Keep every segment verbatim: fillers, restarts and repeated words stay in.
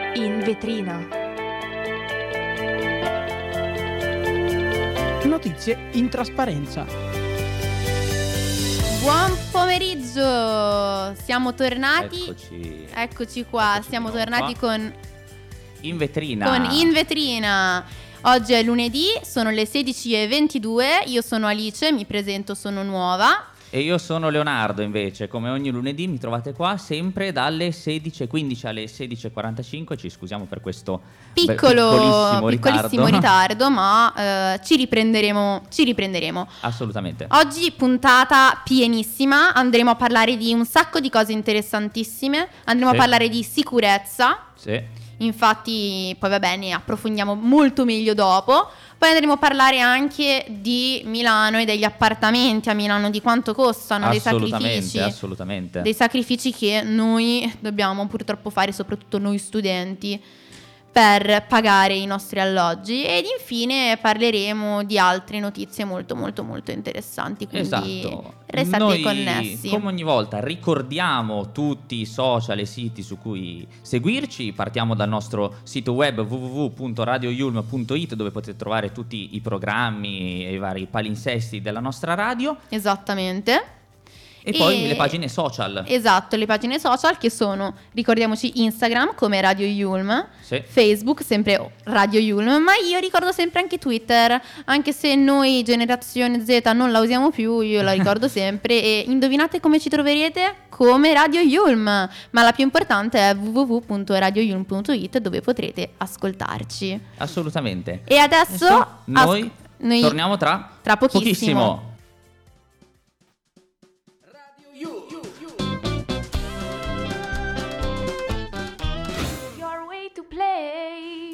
In vetrina. Notizie in trasparenza. Buon pomeriggio, siamo tornati. Eccoci. Eccoci qua, Eccoci siamo di nuovo tornati qua. con In vetrina. con In vetrina. Oggi è lunedì, sono le sedici e ventidue. Io sono Alice, mi presento, sono nuova. E io sono Leonardo invece, come ogni lunedì mi trovate qua sempre dalle sedici e quindici alle sedici e quarantacinque. Ci scusiamo per questo Piccolo, piccolissimo, piccolissimo ritardo, ritardo ma eh, ci riprenderemo, ci riprenderemo. Assolutamente. Oggi puntata pienissima, andremo a parlare di un sacco di cose interessantissime, andremo Sì. a parlare di sicurezza. Sì. Infatti poi va bene, approfondiamo molto meglio dopo. Poi andremo a parlare anche di Milano e degli appartamenti a Milano, di quanto costano, dei Assolutamente, sacrifici, assolutamente. dei sacrifici che noi dobbiamo purtroppo fare, soprattutto noi studenti, per pagare i nostri alloggi. Ed infine parleremo di altre notizie molto molto molto interessanti, quindi Esatto. restate Noi, connessi. come ogni volta, ricordiamo tutti i social e siti su cui seguirci. Partiamo dal nostro sito web w w w punto radio yulm punto it, dove potete trovare tutti i programmi e i vari palinsesti della nostra radio. Esattamente. E poi E- le pagine social. Esatto, le pagine social che sono, ricordiamoci, Instagram come Radio Yulm, Sì. Facebook sempre Radio Yulm, ma io ricordo sempre anche Twitter, anche se noi generazione Z non la usiamo più, io la ricordo sempre. E indovinate come ci troverete? Come Radio Yulm, ma la più importante è w w w punto radio yulm punto it, dove potrete ascoltarci. Assolutamente. E adesso Adesso noi, asc- noi torniamo tra, tra pochissimo. Your way to play.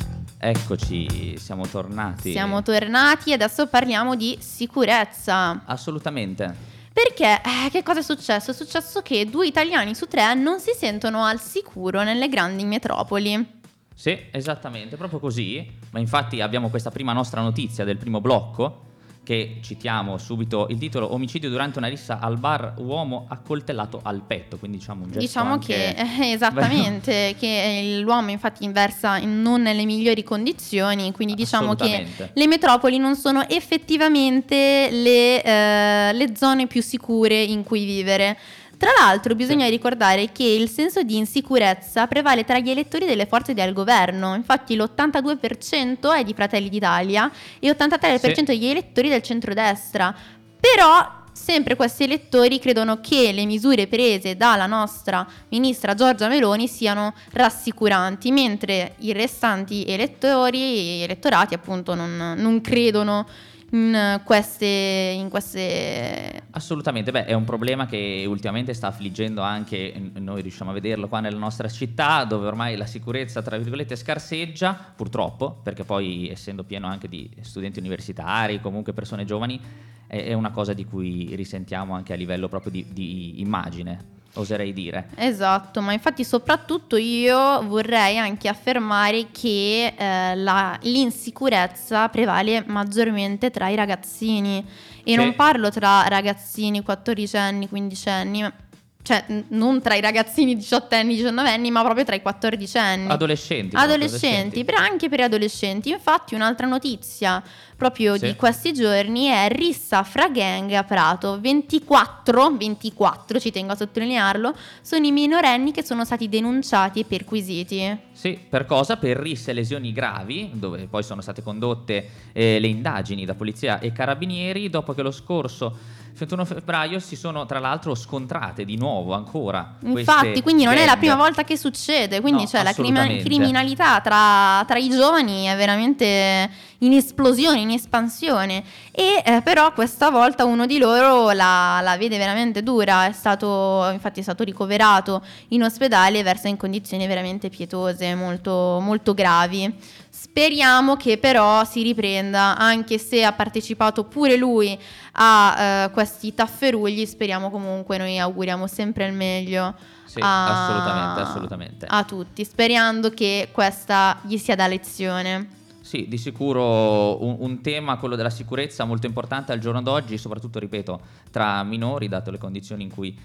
Eccoci, siamo tornati. Siamo tornati e adesso parliamo di sicurezza. Assolutamente. Perché, eh, che cosa è successo? È successo che due italiani su tre non si sentono al sicuro nelle grandi metropoli. Sì, esattamente, proprio così. Ma infatti abbiamo questa prima nostra notizia del primo blocco, che citiamo subito il titolo: omicidio durante una rissa al bar, uomo accoltellato al petto. Quindi diciamo un gesto Diciamo anche... che, eh, esattamente, che l'uomo infatti inversa in non nelle migliori condizioni, quindi diciamo che Assolutamente. le metropoli non sono effettivamente le, eh, le zone più sicure in cui vivere. Tra l'altro bisogna Sì. ricordare che il senso di insicurezza prevale tra gli elettori delle forze del governo. Infatti l'ottantadue per cento è di Fratelli d'Italia e ottantatré per cento Sì. degli elettori del centrodestra. Però sempre questi elettori credono che le misure prese dalla nostra ministra Giorgia Meloni siano rassicuranti, mentre i restanti elettori e elettorati appunto non, non credono in queste, in queste Assolutamente, beh, è un problema che ultimamente sta affliggendo anche, n- noi riusciamo a vederlo qua nella nostra città, dove ormai la sicurezza, tra virgolette, scarseggia, purtroppo, perché poi essendo pieno anche di studenti universitari, comunque persone giovani, è, è una cosa di cui risentiamo anche a livello proprio di, di immagine, oserei dire. Esatto, ma infatti soprattutto io vorrei anche affermare che eh, la- l'insicurezza prevale maggiormente tra i ragazzini e Sì. non parlo tra ragazzini quattordicenni, quindicenni, ma- cioè n- non tra i ragazzini diciottenni, diciannovenni, ma proprio tra i quattordicenni. Adolescenti. proprio, Adolescenti, per- anche per adolescenti. Infatti un'altra notizia proprio Sì. di questi giorni è rissa fra gang a Prato. ventiquattro, ventiquattro, ci tengo a sottolinearlo, sono i minorenni che sono stati denunciati e perquisiti. Sì, per cosa? Per risse e lesioni gravi, dove poi sono state condotte eh, le indagini da polizia e carabinieri, dopo che lo scorso ventuno febbraio si sono tra l'altro scontrate di nuovo ancora. Infatti, queste quindi non è la gang. prima volta che succede, quindi No, cioè, la crima- assolutamente. criminalità tra, tra i giovani è veramente in esplosione, in espansione. E eh, però questa volta uno di loro la, la vede veramente dura, è stato, infatti è stato ricoverato in ospedale e versa in condizioni veramente pietose, molto, molto gravi. Speriamo che però si riprenda, anche se ha partecipato pure lui a eh, questi tafferugli. Speriamo comunque, noi auguriamo sempre il meglio Sì, a, assolutamente, assolutamente. a tutti, sperando che questa gli sia da lezione. Sì, di sicuro un, un tema, quello della sicurezza, molto importante al giorno d'oggi, soprattutto, ripeto, tra minori, dato le condizioni in cui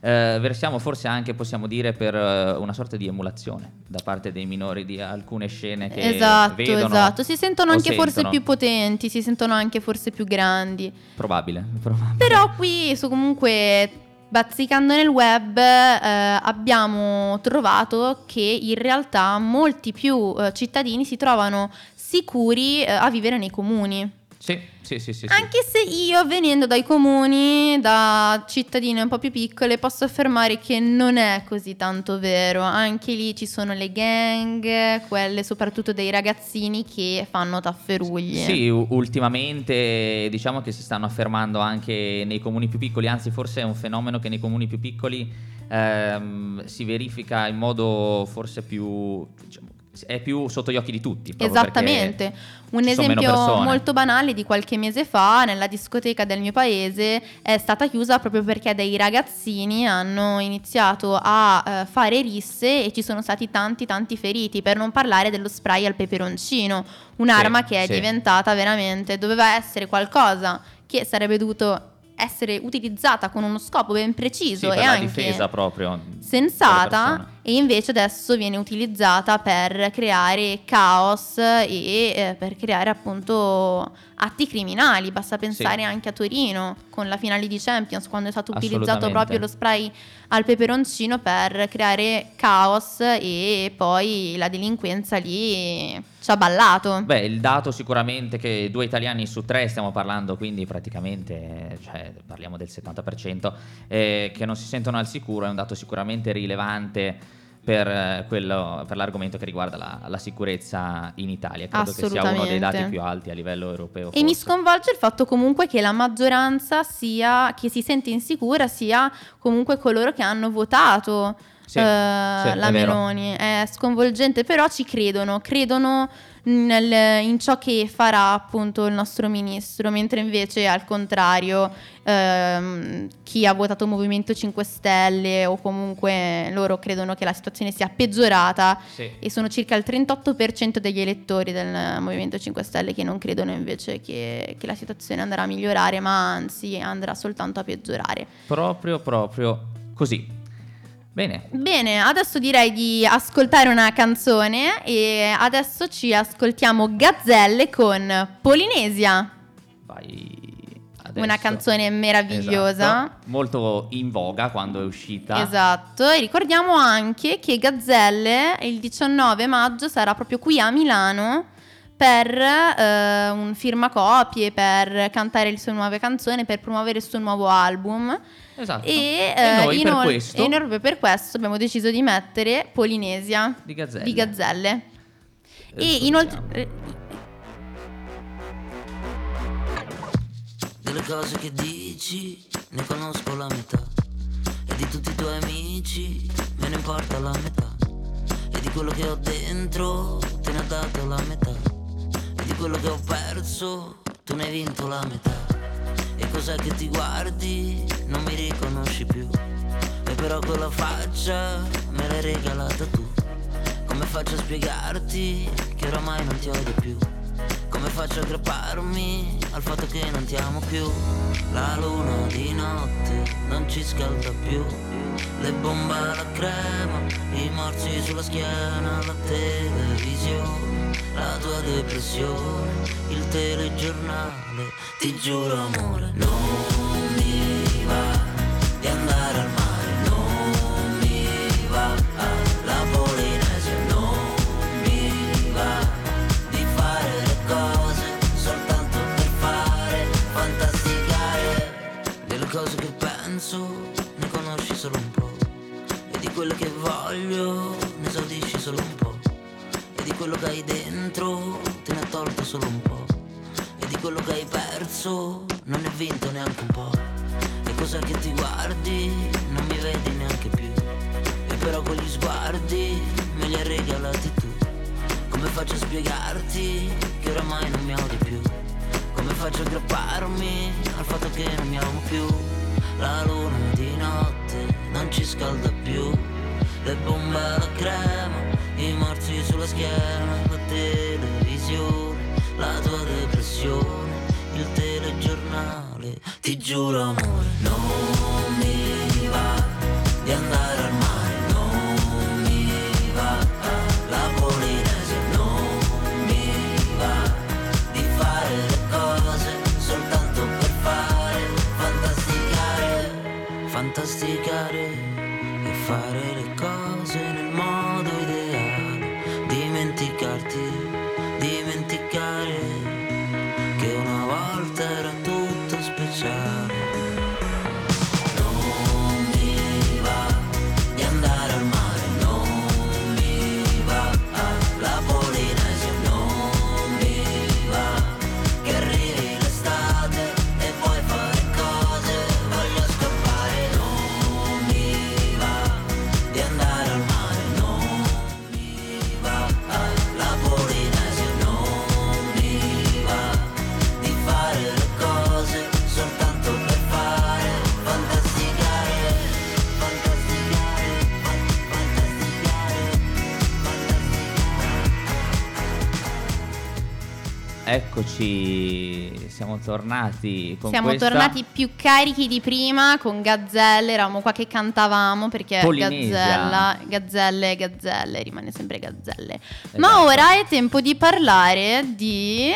eh, versiamo forse anche, possiamo dire, per eh, una sorta di emulazione da parte dei minori di alcune scene che Esatto, vedono esatto. Si sentono o anche forse sentono. più potenti, si sentono anche forse più grandi. Probabile, probabile. Però qui su comunque bazzicando nel web eh, abbiamo trovato che in realtà molti più eh, cittadini si trovano sicuri eh, a vivere nei comuni. Sì, sì, sì, sì, sì. Anche se io, venendo dai comuni, da cittadine un po' più piccole, posso affermare che non è così tanto vero. Anche lì ci sono le gang, quelle soprattutto dei ragazzini che fanno tafferuglie. Sì, u- ultimamente diciamo che si stanno affermando anche nei comuni più piccoli, anzi forse è un fenomeno che nei comuni più piccoli ehm, si verifica in modo forse più, diciamo, è più sotto gli occhi di tutti. proprio Esattamente. perché Un ci sono meno esempio persone. molto banale di qualche mese fa, nella discoteca del mio paese è stata chiusa proprio perché dei ragazzini hanno iniziato a eh, fare risse e ci sono stati tanti tanti feriti, per non parlare dello spray al peperoncino, un'arma Sì, che è sì. diventata veramente, doveva essere qualcosa che sarebbe dovuto essere utilizzata con uno scopo ben Sì, preciso per e la anche difesa proprio delle sensata, persone. e invece adesso viene utilizzata per creare caos e eh, per creare appunto atti criminali. Basta pensare Sì. anche a Torino con la finale di Champions, quando è stato utilizzato Assolutamente. proprio lo spray al peperoncino per creare caos, e poi la delinquenza lì ci ha ballato. Beh, il dato sicuramente che due italiani su tre, stiamo parlando, quindi praticamente, cioè, parliamo del settanta per cento, eh, che non si sentono al sicuro, è un dato sicuramente rilevante per, eh, quello, per l'argomento che riguarda la, la sicurezza in Italia. Credo che sia uno dei dati Assolutamente. più alti a livello europeo. E mi forse. sconvolge il fatto comunque che la maggioranza sia, che si sente insicura, sia comunque coloro che hanno votato Sì, eh, sì, è la vero. Meloni. È sconvolgente, però ci credono, credono nel- in ciò che farà appunto il nostro ministro, mentre invece al contrario ehm, chi ha votato Movimento cinque Stelle o comunque loro credono che la situazione sia peggiorata, Sì. e sono circa il trentotto per cento degli elettori del Movimento cinque Stelle che non credono invece che, che la situazione andrà a migliorare, ma anzi andrà soltanto a peggiorare. Proprio, proprio così. Bene. Bene, adesso direi di ascoltare una canzone, e adesso ci ascoltiamo Gazzelle con Polinesia, Vai adesso. una canzone meravigliosa. Esatto. Molto in voga quando è uscita. Esatto, e ricordiamo anche che Gazzelle il diciannove maggio sarà proprio qui a Milano per eh, un firmacopie, per cantare le sue nuove canzoni, per promuovere il suo nuovo album. Esatto. E, E eh, noi per inol- questo e noi proprio per questo abbiamo deciso di mettere Polinesia di Gazzelle. di Gazzelle. E Ascoltiamo. inoltre Delle cose che dici ne conosco la metà, e di tutti i tuoi amici me ne importa la metà, e di quello che ho dentro te ne ho dato la metà, e di quello che ho perso tu ne hai vinto la metà. E cos'è che ti guardi, non mi riconosci più, e però quella faccia me l'hai regalata tu. Come faccio a spiegarti che oramai non ti odio più? Come faccio a aggrapparmi al fatto che non ti amo più? La luna di notte non ci scalda più, le bombe alla crema, i morsi sulla schiena, la televisione, la tua depressione, il telegiornale. Ti giuro amore, non mi va di andare al mare, non mi va alla Polinesia, non mi va di fare le cose soltanto per fare, fantasticare. Delle cose che penso ne conosci solo un po', e di quelle che voglio ne esaudisci solo un po', e di quello che hai dentro te ne ho tolto solo un po', e di quello che hai perso non ne hai vinto neanche un po'. E cos'è che ti guardi, non mi vedi neanche più, e però quegli sguardi me li hai regalati tu. Come faccio a spiegarti che oramai non mi odi più? Come faccio a aggrapparmi al fatto che non mi amo più? La luna di notte non ci scalda più, le bombe alla crema, i morsi sulla schiena, la televisione, la tua depressione, il telegiornale. Ti giuro amore, non mi va fantasticare e fare le cose nel modo ideale, dimenticarti, dimenticare che una volta era tutto speciale. Non mi va di andare al mare, non mi va alla Polinesia, non mi va che arrivi l'estate e vuoi fare cose, voglio scappare. Non mi va di andare al mare, non mi va alla Polinesia, non mi va di fare le cose soltanto per fare, fantasticare, fantasticare, fan- fantasticare, fantasticare. Eccoci, siamo tornati con Siamo questa tornati più carichi di prima con Gazzelle, eravamo qua che cantavamo perché Polinesia. Gazzella, Gazzelle, Gazzelle, rimane sempre Gazzelle. Esatto. Ma ora è tempo di parlare di...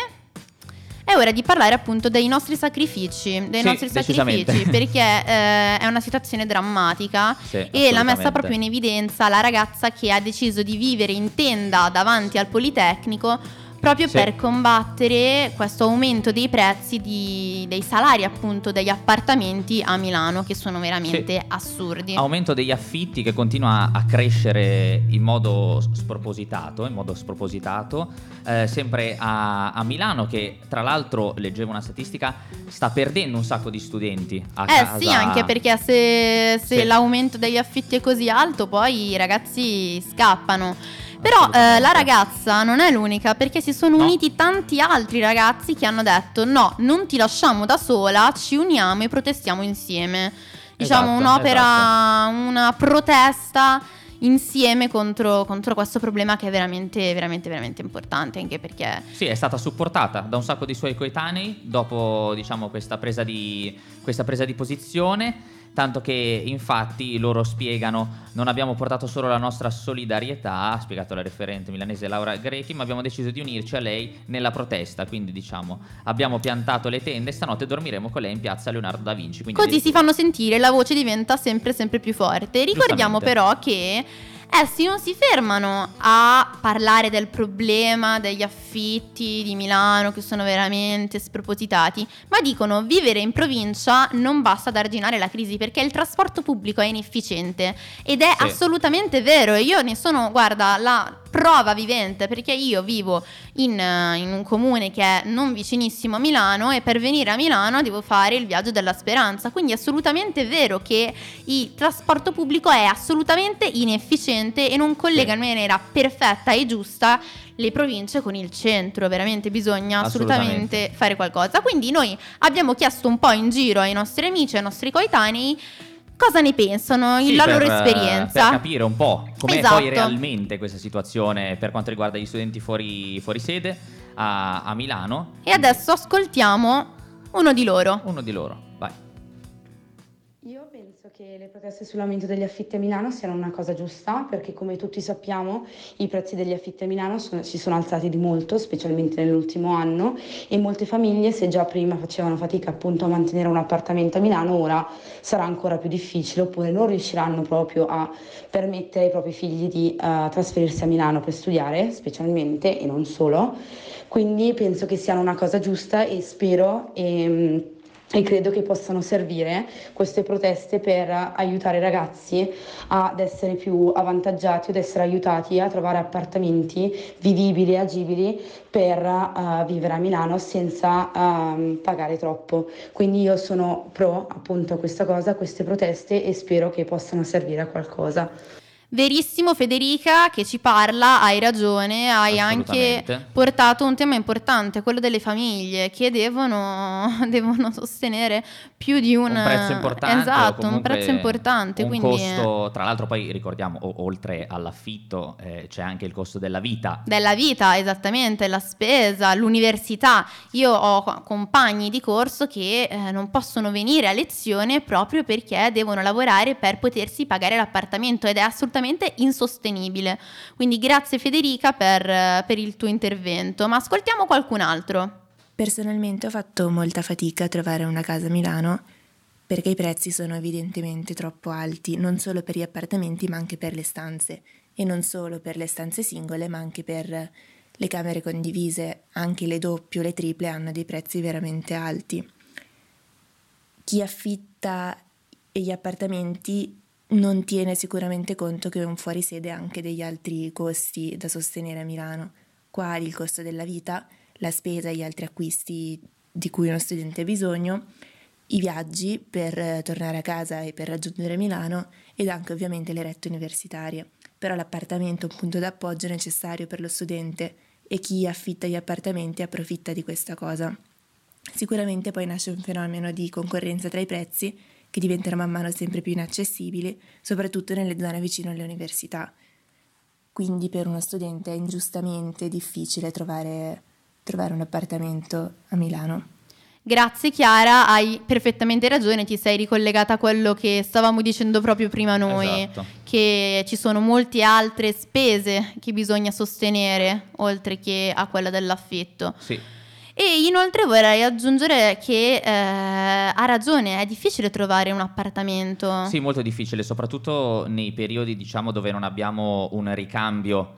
È ora di parlare appunto dei nostri sacrifici, dei Sì, nostri decisamente. sacrifici, perché eh, è una situazione drammatica Sì, e l'ha messa assolutamente. proprio in evidenza la ragazza che ha deciso di vivere in tenda davanti al Politecnico proprio Sì. per combattere questo aumento dei prezzi di- dei salari appunto degli appartamenti a Milano, che sono veramente Sì. assurdi. Aumento degli affitti che continua a crescere in modo spropositato, in modo spropositato, eh, sempre a, a Milano, che tra l'altro, leggevo una statistica, sta perdendo un sacco di studenti a Eh casa. sì, anche perché se, se Sì. l'aumento degli affitti è così alto, poi i ragazzi scappano. Però eh, Assolutamente. la ragazza non è l'unica, perché si sono No. uniti tanti altri ragazzi che hanno detto no, non ti lasciamo da sola, ci uniamo e protestiamo insieme. Diciamo Esatto, un'opera, una protesta insieme contro, contro questo problema che è veramente, veramente, veramente importante, anche perché... Sì, è stata supportata da un sacco di suoi coetanei dopo, diciamo, questa presa di, questa presa di posizione. Tanto che infatti loro spiegano: non abbiamo portato solo la nostra solidarietà, ha spiegato la referente milanese Laura Grechi, ma abbiamo deciso di unirci a lei nella protesta. Quindi diciamo abbiamo piantato le tende, stanotte dormiremo con lei in piazza Leonardo da Vinci. Quindi Così si fanno sentire, la voce diventa sempre sempre più forte. Ricordiamo Giustamente. però che essi non si fermano a parlare del problema degli affitti di Milano che sono veramente spropositati, ma dicono vivere in provincia non basta ad arginare la crisi perché il trasporto pubblico è inefficiente, ed è Sì. assolutamente vero. E io ne sono, guarda, la prova vivente, perché io vivo in, eh, in un comune che è non vicinissimo a Milano e per venire a Milano devo fare il viaggio della speranza, quindi è assolutamente vero che il trasporto pubblico è assolutamente inefficiente e non collega in maniera perfetta e giusta le province con il centro. Veramente bisogna assolutamente, Assolutamente. fare qualcosa. Quindi noi abbiamo chiesto un po' in giro ai nostri amici, ai nostri coetanei cosa ne pensano, Sì, la per, loro eh, esperienza. per capire un po' com'è Esatto. poi realmente questa situazione per quanto riguarda gli studenti fuori, fuori sede a, a Milano. E adesso ascoltiamo uno di loro. Uno di loro, vai. Io penso che le proteste sull'aumento degli affitti a Milano siano una cosa giusta, perché come tutti sappiamo i prezzi degli affitti a Milano sono- si sono alzati di molto, specialmente nell'ultimo anno, e molte famiglie, se già prima facevano fatica appunto a mantenere un appartamento a Milano, ora sarà ancora più difficile, oppure non riusciranno proprio a permettere ai propri figli di eh, trasferirsi a Milano per studiare, specialmente, e non solo. Quindi penso che siano una cosa giusta e spero e, e credo che possano servire queste proteste per aiutare i ragazzi ad essere più avvantaggiati, ad essere aiutati a trovare appartamenti vivibili e agibili per eh, vivere a Milano senza ehm, pagare troppo. Quindi io sono pro appunto a questa cosa, a queste proteste, e spero che possano servire a qualcosa. Verissimo Federica, che ci parla, hai ragione, hai anche Assolutamente. portato un tema importante, quello delle famiglie che devono, devono sostenere più di un, Un prezzo importante, o esatto, un comunque prezzo importante, un quindi costo, tra l'altro poi ricordiamo, o- oltre all'affitto eh, c'è anche il costo della vita. della vita, esattamente, la spesa, l'università. Io ho co- compagni di corso che eh, non possono venire a lezione proprio perché devono lavorare per potersi pagare l'appartamento, ed è assolutamente insostenibile. Quindi grazie Federica per, eh, per il tuo intervento, ma ascoltiamo qualcun altro. Personalmente ho fatto molta fatica a trovare una casa a Milano perché i prezzi sono evidentemente troppo alti, non solo per gli appartamenti ma anche per le stanze, e non solo per le stanze singole ma anche per le camere condivise, anche le doppie o le triple hanno dei prezzi veramente alti. Chi affitta gli appartamenti non tiene sicuramente conto che è un fuorisede anche degli altri costi da sostenere a Milano, quali il costo della vita, la spesa e gli altri acquisti di cui uno studente ha bisogno, i viaggi per tornare a casa e per raggiungere Milano ed anche ovviamente le rette universitarie. Però l'appartamento è un punto d'appoggio necessario per lo studente e chi affitta gli appartamenti approfitta di questa cosa. Sicuramente poi nasce un fenomeno di concorrenza tra i prezzi che diventerà man mano sempre più inaccessibili, soprattutto nelle zone vicino alle università. Quindi per uno studente è ingiustamente difficile trovare, trovare un appartamento a Milano. Grazie Chiara, hai perfettamente ragione, ti sei ricollegata a quello che stavamo dicendo proprio prima noi, Esatto. che ci sono molte altre spese che bisogna sostenere oltre che a quella dell'affitto. Sì. E inoltre vorrei aggiungere che eh, ha ragione, è difficile trovare un appartamento. Sì, molto difficile, soprattutto nei periodi, diciamo, dove non abbiamo un ricambio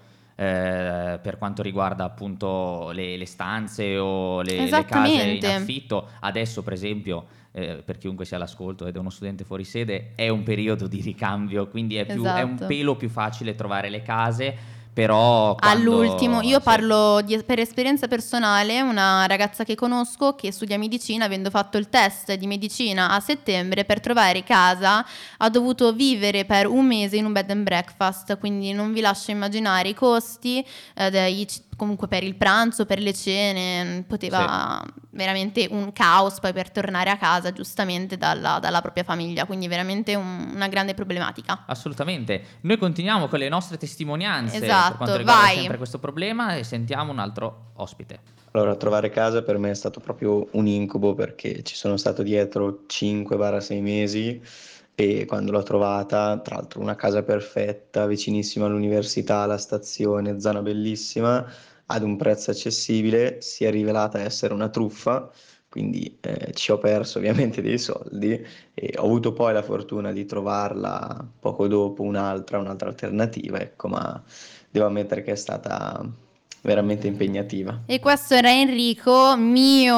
eh, per quanto riguarda appunto le, le stanze o le, le case in Esattamente. affitto. Adesso, per esempio, eh, per chiunque sia all'ascolto ed è uno studente fuori sede, è un periodo di ricambio, quindi è, più, è un Esatto. pelo più facile trovare le case. Però quando- All'ultimo, io sì. parlo di- per esperienza personale, una ragazza che conosco che studia medicina, avendo fatto il test di medicina a settembre, per trovare casa ha dovuto vivere per un mese in un bed and breakfast, quindi non vi lascio immaginare i costi, eh, dei- comunque per il pranzo, per le cene, poteva veramente un caos poi per tornare a casa giustamente dalla, dalla propria famiglia, quindi veramente un- una grande problematica. Assolutamente. Noi continuiamo con le nostre testimonianze Esatto, per quanto riguarda vai. sempre questo problema e sentiamo un altro ospite. Allora, trovare casa per me è stato proprio un incubo perché ci sono stato dietro cinque sei mesi e quando l'ho trovata, tra l'altro una casa perfetta, vicinissima all'università, alla stazione, zona bellissima, ad un prezzo accessibile, si è rivelata essere una truffa, quindi eh, ci ho perso ovviamente dei soldi e ho avuto poi la fortuna di trovarla poco dopo un'altra, un'altra alternativa, ecco, ma devo ammettere che è stata veramente impegnativa. E questo era Enrico, mio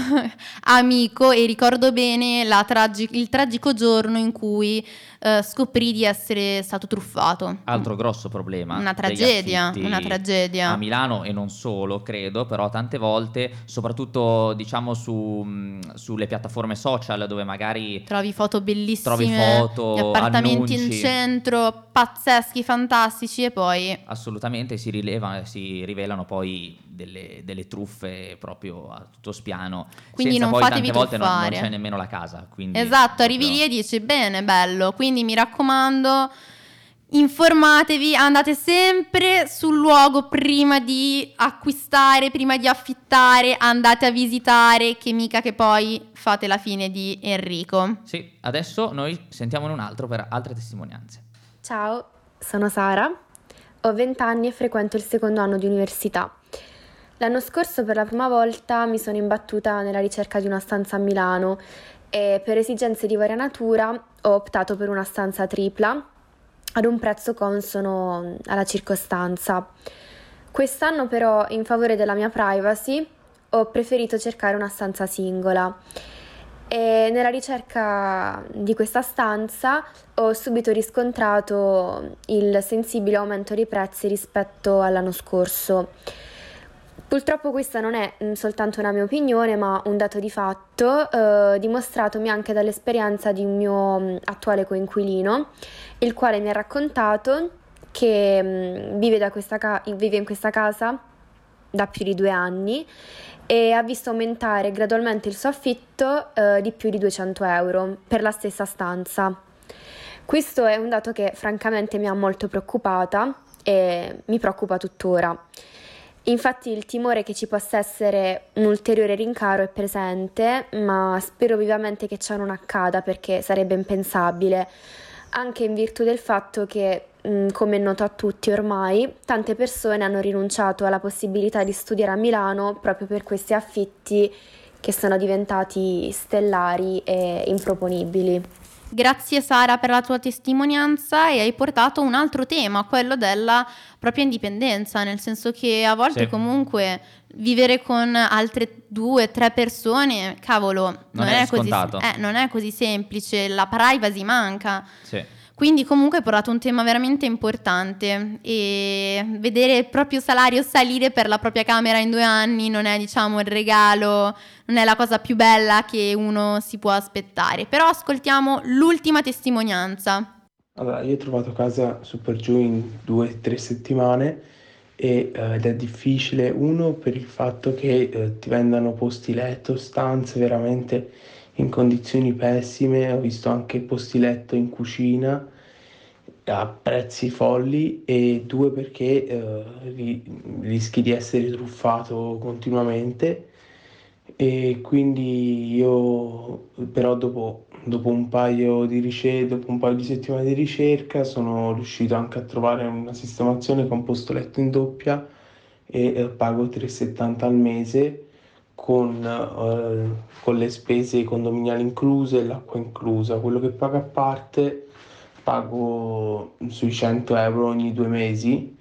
amico, e ricordo bene la tragi- il tragico giorno in cui eh, scoprì di essere stato truffato. Altro grosso problema. Una degli tragedia, affitti una tragedia. A Milano e non solo, credo, però tante volte, soprattutto diciamo su, mh, sulle piattaforme social dove magari Trovi foto bellissime, Trovi foto, gli appartamenti in annunci. centro, pazzeschi, fantastici, e poi assolutamente si rileva, si rivelano poi delle, delle truffe proprio a tutto spiano. Quindi senza non poi fatevi tante volte non, non truffare. c'è nemmeno la casa. Quindi esatto, arrivi proprio- lì e dici bene, bello, quindi mi raccomando, informatevi, andate sempre sul luogo prima di acquistare, prima di affittare, andate a visitare, che mica che poi fate la fine di Enrico. Sì, adesso noi sentiamone un altro per altre testimonianze. Ciao, sono Sara, ho venti anni e frequento il secondo anno di università. L'anno scorso per la prima volta mi sono imbattuta nella ricerca di una stanza a Milano e per esigenze di varia natura ho optato per una stanza tripla ad un prezzo consono alla circostanza. Quest'anno però, in favore della mia privacy, ho preferito cercare una stanza singola. E nella ricerca di questa stanza ho subito riscontrato il sensibile aumento dei prezzi rispetto all'anno scorso. Purtroppo questa non è mh, soltanto una mia opinione, ma un dato di fatto, eh, dimostratomi anche dall'esperienza di un mio mh, attuale coinquilino, il quale mi ha raccontato che mh, vive, da questa ca- vive in questa casa da più di due anni e ha visto aumentare gradualmente il suo affitto eh, di più di duecento euro per la stessa stanza. Questo è un dato che francamente mi ha molto preoccupata e mi preoccupa tuttora. Infatti il timore che ci possa essere un ulteriore rincaro è presente, ma spero vivamente che ciò non accada perché sarebbe impensabile, anche in virtù del fatto che, mh, come è noto a tutti ormai, tante persone hanno rinunciato alla possibilità di studiare a Milano proprio per questi affitti che sono diventati stellari e improponibili. Grazie Sara per la tua testimonianza, e hai portato un altro tema, quello della propria indipendenza, nel senso che a volte Sì. comunque vivere con altre due, tre persone, cavolo, non, Non è così, scontato. eh, non è così semplice, la privacy manca. Sì. Quindi comunque hai portato un tema veramente importante, e vedere il proprio salario salire per la propria camera in due anni non è, diciamo, il regalo, non è la cosa più bella che uno si può aspettare. Però ascoltiamo l'ultima testimonianza. Allora, io ho trovato casa su per giù in due o tre settimane e, eh, ed è difficile, uno per il fatto che eh, ti vendano posti letto, stanze veramente in condizioni pessime, ho visto anche posti letto in cucina a prezzi folli, e due perché eh, ri- rischi di essere truffato continuamente. E quindi io però dopo, dopo un paio di ricerche, dopo un paio di settimane di ricerca sono riuscito anche a trovare una sistemazione con posto letto in doppia e eh, pago tre e settanta al mese con, eh, con le spese condominiali incluse e l'acqua inclusa. Quello che pago a parte pago sui cento euro ogni due mesi.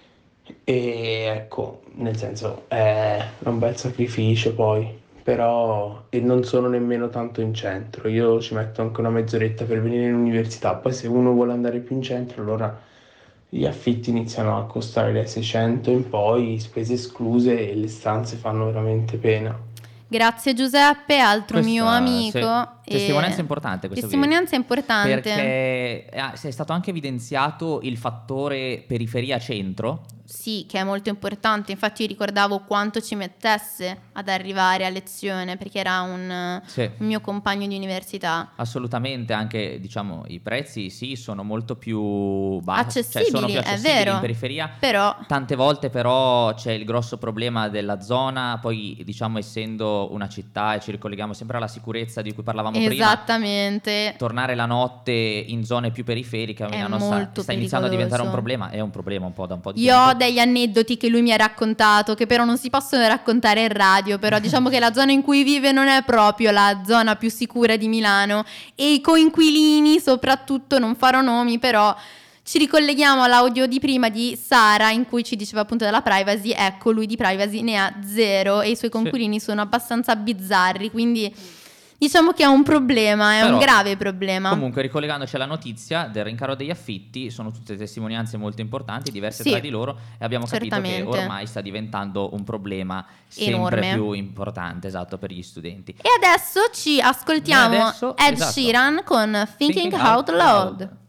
E ecco, nel senso è un bel sacrificio poi, però, e non sono nemmeno tanto in centro, io ci metto anche una mezz'oretta per venire in università, poi se uno vuole andare più in centro allora gli affitti iniziano a costare dai seicento in poi, spese escluse, e le stanze fanno veramente pena. Grazie Giuseppe, altro Questa, mio amico. sì. e- Testimonianza importante questa qui. Testimonianza importante. Perché ah, è stato anche evidenziato il fattore periferia centro. Sì, che è molto importante. Infatti io ricordavo quanto ci mettesse ad arrivare a lezione, perché era un, Sì. un mio compagno di università. Assolutamente, anche diciamo i prezzi sì sono molto più bassi, cioè sono Accessibili, più è accessibili vero. in periferia. Però Tante volte però c'è il grosso problema della zona, poi diciamo essendo una città e ci ricolleghiamo sempre alla sicurezza di cui parlavamo prima, esattamente, tornare la notte in zone più periferiche a È Milano sta, molto sta iniziando a diventare un pericoloso. problema, è un problema un po' da un po' di io tempo. ho degli aneddoti che lui mi ha raccontato, che però non si possono raccontare in radio, però diciamo che la zona in cui vive non è proprio la zona più sicura di Milano, e i coinquilini soprattutto, non farò nomi, però ci ricolleghiamo all'audio di prima di Sara in cui ci diceva appunto della privacy. Ecco, lui di privacy ne ha zero e i suoi coinquilini sono abbastanza bizzarri, quindi diciamo che è un problema, è Però, un grave problema. Comunque, ricollegandoci alla notizia del rincaro degli affitti, sono tutte testimonianze molto importanti, diverse Sì, tra di loro, e abbiamo capito che certamente. ormai sta diventando un problema sempre Enorme. più importante, esatto, per gli studenti. E adesso ci ascoltiamo E adesso, Ed esatto. Sheeran con Thinking, Thinking Out Out Loud. Loud.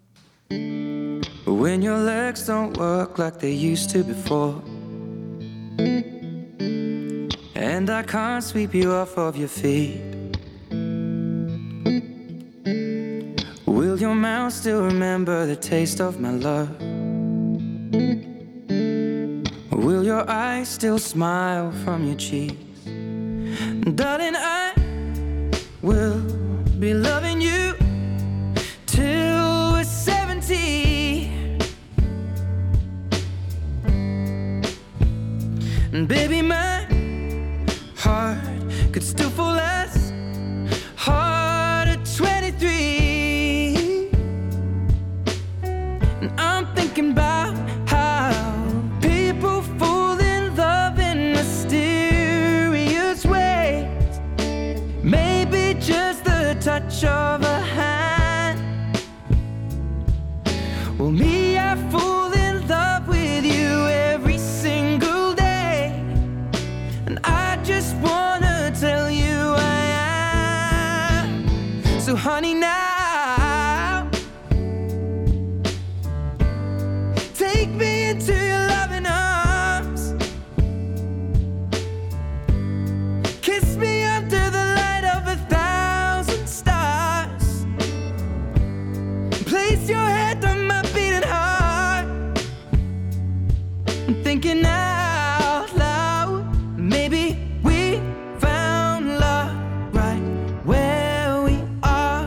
When your legs don't work like they used to before, and I can't sweep you off of your feet, will your mouth still remember the taste of my love? Will your eyes still smile from your cheeks? Darling, I will be loving you till we're seventy. And baby, my heart could still fall as hard at twenty-three. And I'm thinking about how people fall in love in mysterious ways. Maybe just the touch of a hand. Well, me, I fall in love with you every single day, and I just wanna tell you I am. So honey, now take me into your loving arms, kiss me under the light of a thousand stars, place your head on my beating heart. I'm thinking out loud, maybe we found love right where we are.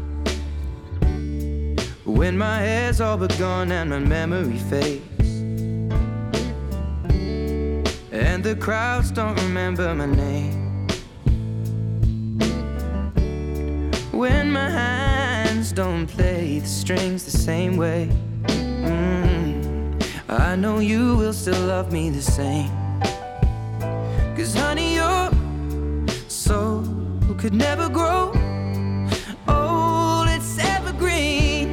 When my hair's all but gone and my memory fades, and the crowds don't remember my name, when my hands don't play the strings the same way. Mm, I know you will still love me the same. 'Cause honey, your soul could never grow old, it's evergreen.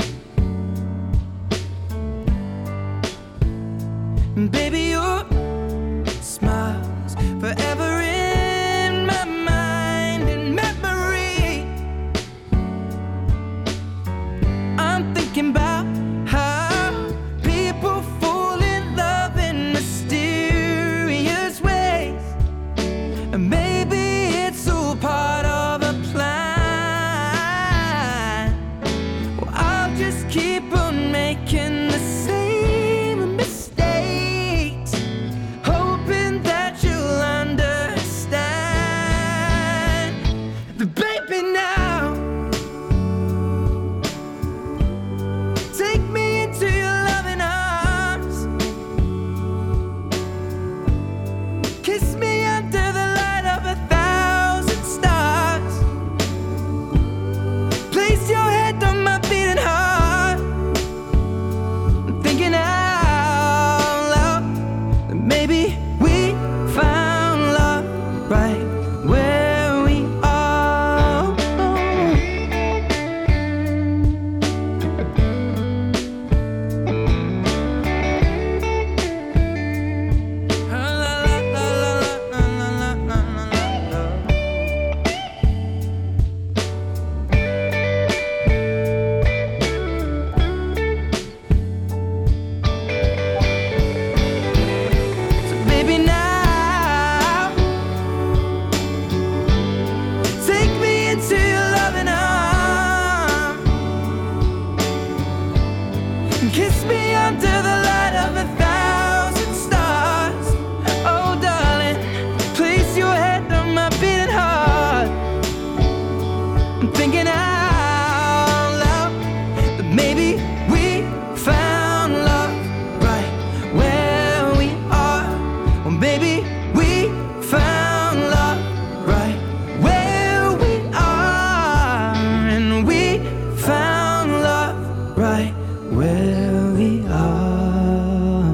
Baby, your smile's forever in my mind and memory. I'm thinking about how people fall in love in mysterious ways, and maybe it's all part of a plan. Well, I'll just keep on making the same mistakes, hoping that you'll understand. But baby, now take me into your loving arms, kiss me under the light of a thousand stars, place your head on my beating heart. I'm thinking out loud that maybe we found love right where we are. So baby, now take me into your loving arms, and kiss me under the light of a thousand stars. Oh darling, place your head on my beating heart. I'm thinking out loud that maybe we found love right where we are. Well, maybe we found love right where we are, and we found love right where we are.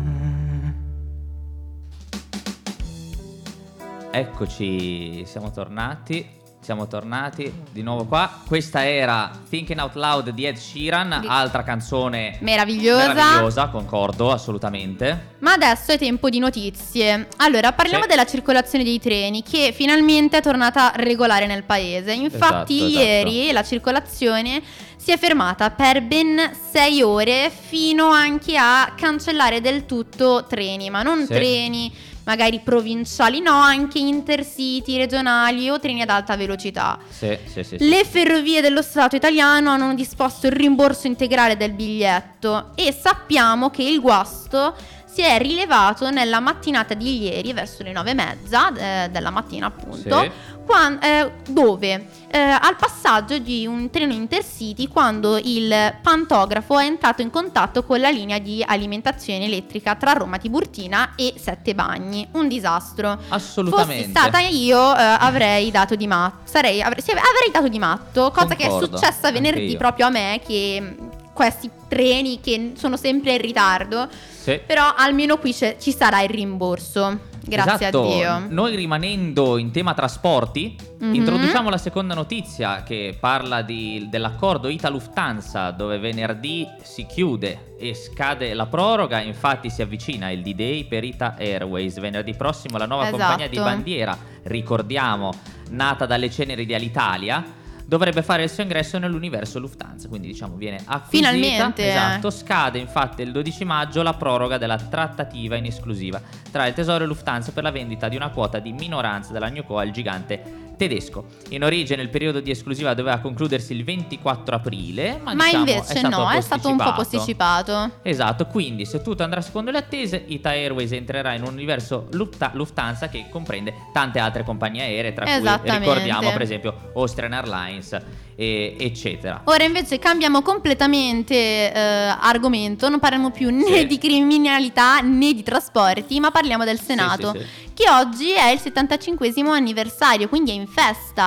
Eccoci, siamo tornati. Siamo tornati di nuovo qua. Questa era Thinking Out Loud di Ed Sheeran, Di- altra canzone Meravigliosa. meravigliosa, concordo assolutamente. Ma adesso è tempo di notizie. Allora, parliamo Sì. della circolazione dei treni, che finalmente è tornata regolare nel paese. Infatti, Esatto, esatto. ieri la circolazione si è fermata per ben sei ore, fino anche a cancellare del tutto treni, ma non Sì. treni magari provinciali, no, anche intercity, regionali o treni ad alta velocità. Sì, sì, sì, sì. Le ferrovie dello Stato italiano hanno disposto il rimborso integrale del biglietto e sappiamo che il guasto si è rilevato nella mattinata di ieri, verso le nove e mezza eh, della mattina appunto, Sì. quan- eh, dove eh, al passaggio di un treno intercity, quando il pantografo è entrato in contatto con la linea di alimentazione elettrica tra Roma Tiburtina e Sette Bagni. Un disastro. Assolutamente. Fossi stata io, eh, avrei dato di matto. Sarei, avrei, sì, avrei dato di matto. Cosa che è Concordo, successa anche venerdì io. proprio a me, che mh, questi treni che sono sempre in ritardo. Sì. Però almeno qui c'è- ci sarà il rimborso. Grazie Esatto. a Dio. Noi rimanendo in tema trasporti, Mhm. introduciamo la seconda notizia che parla di- dell'accordo Ita-Lufthansa, dove venerdì si chiude e scade la proroga. Infatti si avvicina il D-Day per Ita Airways. Venerdì prossimo la nuova Esatto. compagnia di bandiera, ricordiamo, nata dalle ceneri di Alitalia, dovrebbe fare il suo ingresso nell'universo Lufthansa, quindi diciamo viene acquisita. Finalmente. Esatto, scade infatti il dodici maggio la proroga della trattativa in esclusiva tra il Tesoro e Lufthansa per la vendita di una quota di minoranza della Newco al gigante tedesco. In origine il periodo di esclusiva doveva concludersi il ventiquattro aprile, ma, Ma diciamo, invece è stato no, è stato un po' posticipato. posticipato. Esatto, quindi se tutto andrà secondo le attese, Ita Airways entrerà in un universo Lufta- Lufthansa che comprende tante altre compagnie aeree, tra cui Esattamente. ricordiamo per esempio Austrian Airlines, e- eccetera. Ora invece cambiamo completamente eh, argomento, non parliamo più né Sì. di criminalità né di trasporti, ma parliamo del Senato, Sì, sì, sì. che oggi è il settantacinquesimo anniversario, quindi è in festa.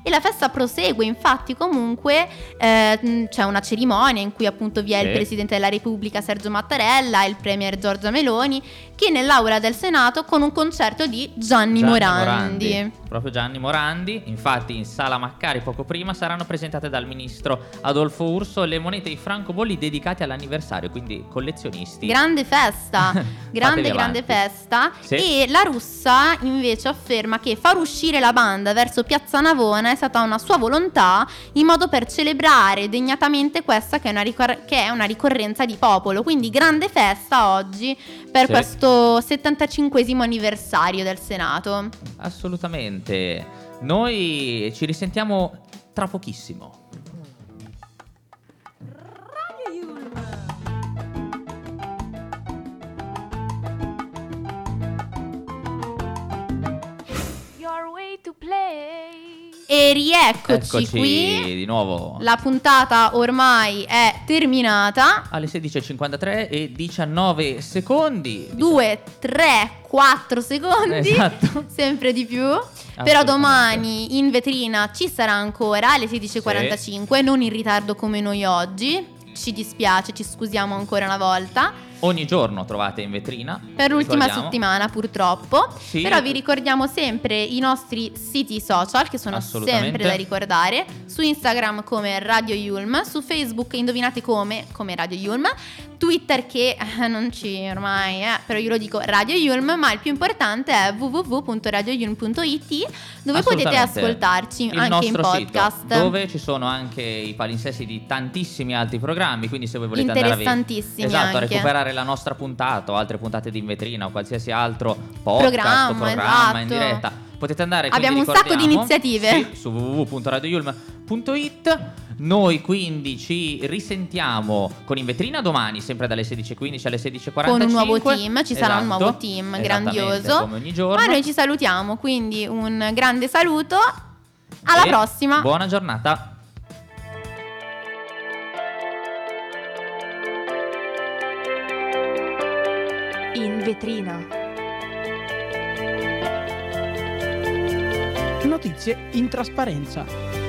e la festa prosegue. Infatti comunque eh, c'è una cerimonia in cui appunto vi è Sì. il Presidente della Repubblica Sergio Mattarella e il Premier Giorgia Meloni, che nell'aula del Senato con un concerto di Gianni, Gianni Morandi. Proprio Gianni Morandi. Infatti in Sala Maccari poco prima saranno presentate dal ministro Adolfo Urso le monete e i francobolli dedicati all'anniversario, quindi collezionisti. Grande festa, grande Fatevi grande avanti. festa. Sì. E la russa invece afferma che far uscire la banda verso Piazza Navona è stata una sua volontà, in modo per celebrare degnatamente questa che è una, ricor- che è una ricorrenza di popolo. Quindi grande festa oggi per Sì. questo settantacinquesimo anniversario del Senato. Assolutamente. Noi ci risentiamo tra pochissimo. Your way to play. E rieccoci Eccoci qui. di nuovo. La puntata ormai è terminata. Alle sedici e cinquantatré e diciannove secondi. due, tre, quattro secondi. Esatto. Sempre di più. Però Assolutamente. domani in vetrina ci sarà ancora alle sedici e quarantacinque, non in ritardo come noi oggi. Ci dispiace, ci scusiamo ancora una volta. Ogni giorno trovate in vetrina. Per l'ultima ricordiamo. settimana purtroppo. Sì. Però vi ricordiamo sempre i nostri siti social, che sono Assolutamente. sempre da ricordare. Su Instagram come Radio Yulm, su Facebook indovinate come, come Radio Yulm, Twitter che eh, non ci ormai, eh, però io lo dico Radio Yulm, ma il più importante è w w w punto radio yulm punto i t, dove potete Assolutamente. ascoltarci Il anche in nostro podcast. sito, dove ci sono anche i palinsesti di tantissimi altri programmi, quindi se voi volete andare a vedere, Interessantissimi esatto, a anche. recuperare la nostra puntata o altre puntate di In Vetrina o qualsiasi altro podcast Programma, o programma in esatto. diretta, potete andare, quindi Abbiamo un sacco di ricordiamo, iniziative. sì, su w w w punto radio yulm punto i t. Noi quindi ci risentiamo con In Vetrina domani, sempre dalle sedici e quindici alle sedici e Con quarantacinque. un nuovo team, ci sarà un Esatto. nuovo team Esattamente, grandioso. come ogni giorno. Ma noi ci salutiamo, quindi un grande saluto. Alla E prossima. Buona giornata. In vetrina. Notizie in trasparenza.